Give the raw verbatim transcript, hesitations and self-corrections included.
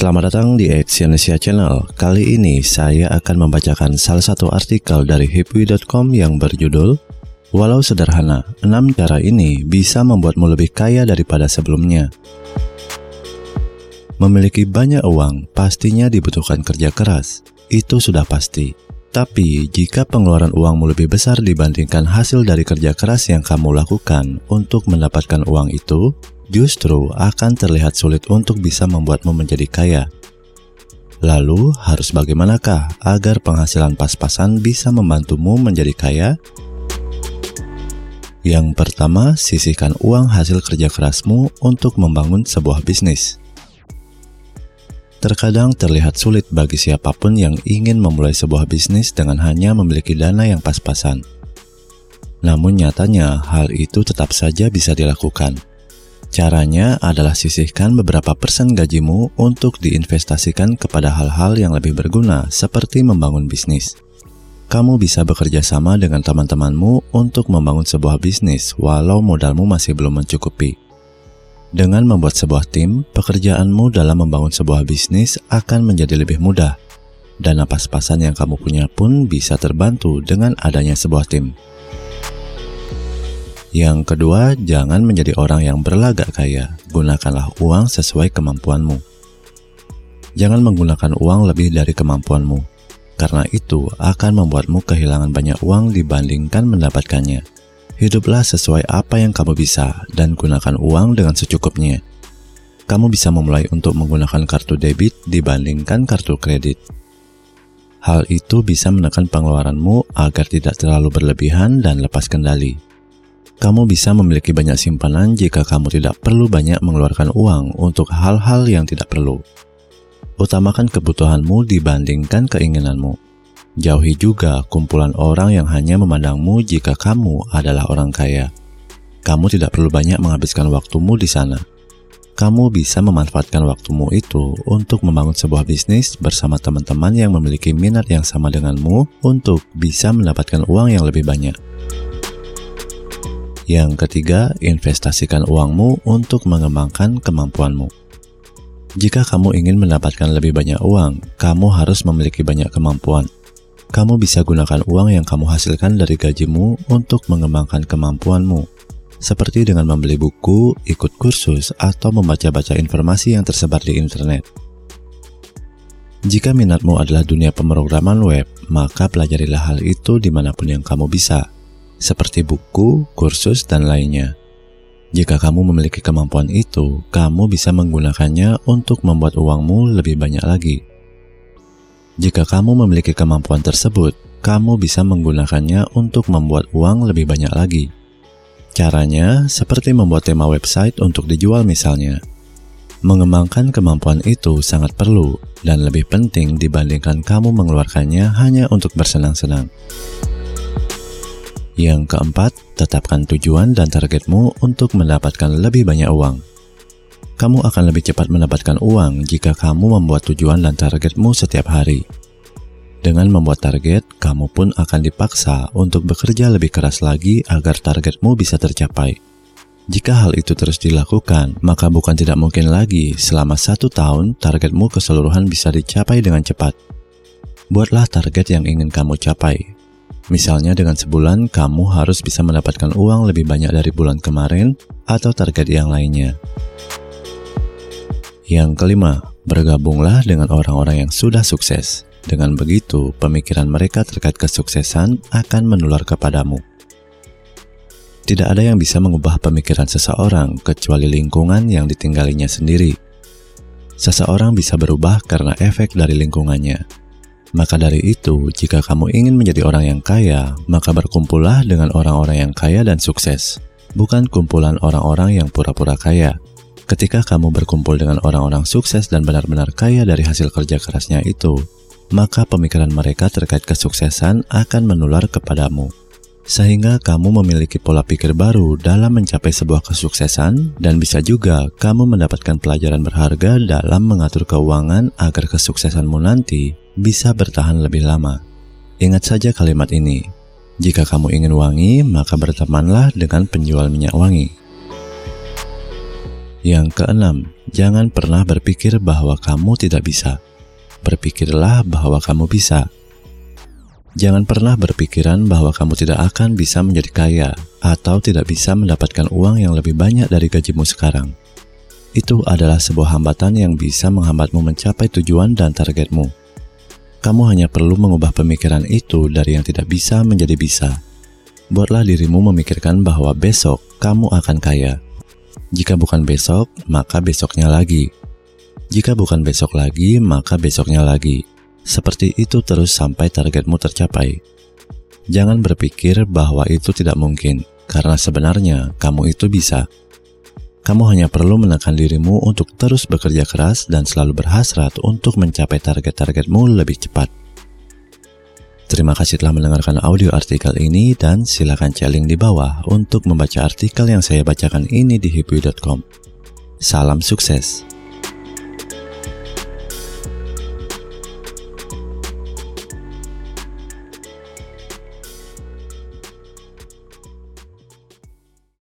Selamat datang di Exyonesia Channel. Kali ini saya akan membacakan salah satu artikel dari hipwi dot com yang berjudul Walau sederhana, enam cara ini bisa membuatmu lebih kaya daripada sebelumnya. Memiliki banyak uang pastinya dibutuhkan kerja keras, itu sudah pasti. Tapi jika pengeluaran uangmu lebih besar dibandingkan hasil dari kerja keras yang kamu lakukan untuk mendapatkan uang itu, justru akan terlihat sulit untuk bisa membuatmu menjadi kaya. Lalu, harus bagaimanakah agar penghasilan pas-pasan bisa membantumu menjadi kaya? Yang pertama, sisihkan uang hasil kerja kerasmu untuk membangun sebuah bisnis. Terkadang terlihat sulit bagi siapapun yang ingin memulai sebuah bisnis dengan hanya memiliki dana yang pas-pasan. Namun nyatanya, hal itu tetap saja bisa dilakukan. Caranya adalah sisihkan beberapa persen gajimu untuk diinvestasikan kepada hal-hal yang lebih berguna seperti membangun bisnis. Kamu bisa bekerja sama dengan teman-temanmu untuk membangun sebuah bisnis walau modalmu masih belum mencukupi. Dengan membuat sebuah tim, pekerjaanmu dalam membangun sebuah bisnis akan menjadi lebih mudah. Dana pas-pasan yang kamu punya pun bisa terbantu dengan adanya sebuah tim. Yang kedua, jangan menjadi orang yang berlagak kaya. Gunakanlah uang sesuai kemampuanmu. Jangan menggunakan uang lebih dari kemampuanmu, karena itu akan membuatmu kehilangan banyak uang dibandingkan mendapatkannya. Hiduplah sesuai apa yang kamu bisa dan gunakan uang dengan secukupnya. Kamu bisa memulai untuk menggunakan kartu debit dibandingkan kartu kredit. Hal itu bisa menekan pengeluaranmu agar tidak terlalu berlebihan dan lepas kendali. Kamu bisa memiliki banyak simpanan jika kamu tidak perlu banyak mengeluarkan uang untuk hal-hal yang tidak perlu. Utamakan kebutuhanmu dibandingkan keinginanmu. Jauhi juga kumpulan orang yang hanya memandangmu jika kamu adalah orang kaya. Kamu tidak perlu banyak menghabiskan waktumu di sana. Kamu bisa memanfaatkan waktumu itu untuk membangun sebuah bisnis bersama teman-teman yang memiliki minat yang sama denganmu untuk bisa mendapatkan uang yang lebih banyak. Yang ketiga, investasikan uangmu untuk mengembangkan kemampuanmu. Jika kamu ingin mendapatkan lebih banyak uang, kamu harus memiliki banyak kemampuan. Kamu bisa gunakan uang yang kamu hasilkan dari gajimu untuk mengembangkan kemampuanmu, seperti dengan membeli buku, ikut kursus, atau membaca-baca informasi yang tersebar di internet. Jika minatmu adalah dunia pemrograman web, maka pelajarilah hal itu dimanapun yang kamu bisa, seperti buku, kursus, dan lainnya. Jika kamu memiliki kemampuan itu, kamu bisa menggunakannya untuk membuat uangmu lebih banyak lagi. Jika kamu memiliki kemampuan tersebut, kamu bisa menggunakannya untuk membuat uang lebih banyak lagi. Caranya seperti membuat tema website untuk dijual misalnya. Mengembangkan kemampuan itu sangat perlu dan lebih penting dibandingkan kamu mengeluarkannya hanya untuk bersenang-senang. Yang keempat, tetapkan tujuan dan targetmu untuk mendapatkan lebih banyak uang. Kamu akan lebih cepat mendapatkan uang jika kamu membuat tujuan dan targetmu setiap hari. Dengan membuat target, kamu pun akan dipaksa untuk bekerja lebih keras lagi agar targetmu bisa tercapai. Jika hal itu terus dilakukan, maka bukan tidak mungkin lagi selama satu tahun targetmu keseluruhan bisa dicapai dengan cepat. Buatlah target yang ingin kamu capai. Misalnya dengan sebulan kamu harus bisa mendapatkan uang lebih banyak dari bulan kemarin atau target yang lainnya. Yang kelima, bergabunglah dengan orang-orang yang sudah sukses. Dengan begitu, pemikiran mereka terkait kesuksesan akan menular kepadamu. Tidak ada yang bisa mengubah pemikiran seseorang kecuali lingkungan yang ditinggalinya sendiri. Seseorang bisa berubah karena efek dari lingkungannya. Maka dari itu, jika kamu ingin menjadi orang yang kaya, maka berkumpullah dengan orang-orang yang kaya dan sukses, bukan kumpulan orang-orang yang pura-pura kaya. Ketika kamu berkumpul dengan orang-orang sukses dan benar-benar kaya dari hasil kerja kerasnya itu, maka pemikiran mereka terkait kesuksesan akan menular kepadamu. Sehingga kamu memiliki pola pikir baru dalam mencapai sebuah kesuksesan dan bisa juga kamu mendapatkan pelajaran berharga dalam mengatur keuangan agar kesuksesanmu nanti bisa bertahan lebih lama. Ingat saja kalimat ini, jika kamu ingin wangi, maka bertemanlah dengan penjual minyak wangi. Yang keenam, jangan pernah berpikir bahwa kamu tidak bisa. Berpikirlah bahwa kamu bisa. Jangan pernah berpikiran bahwa kamu tidak akan bisa menjadi kaya atau tidak bisa mendapatkan uang yang lebih banyak dari gajimu sekarang. Itu adalah sebuah hambatan yang bisa menghambatmu mencapai tujuan dan targetmu. Kamu hanya perlu mengubah pemikiran itu dari yang tidak bisa menjadi bisa. Buatlah dirimu memikirkan bahwa besok kamu akan kaya. Jika bukan besok, maka besoknya lagi. Jika bukan besok lagi, maka besoknya lagi. Seperti itu terus sampai targetmu tercapai. Jangan berpikir bahwa itu tidak mungkin, karena sebenarnya kamu itu bisa. Kamu hanya perlu menekan dirimu untuk terus bekerja keras dan selalu berhasrat untuk mencapai target-targetmu lebih cepat. Terima kasih telah mendengarkan audio artikel ini dan silakan cek link di bawah untuk membaca artikel yang saya bacakan ini di hipwi dot com. Salam sukses.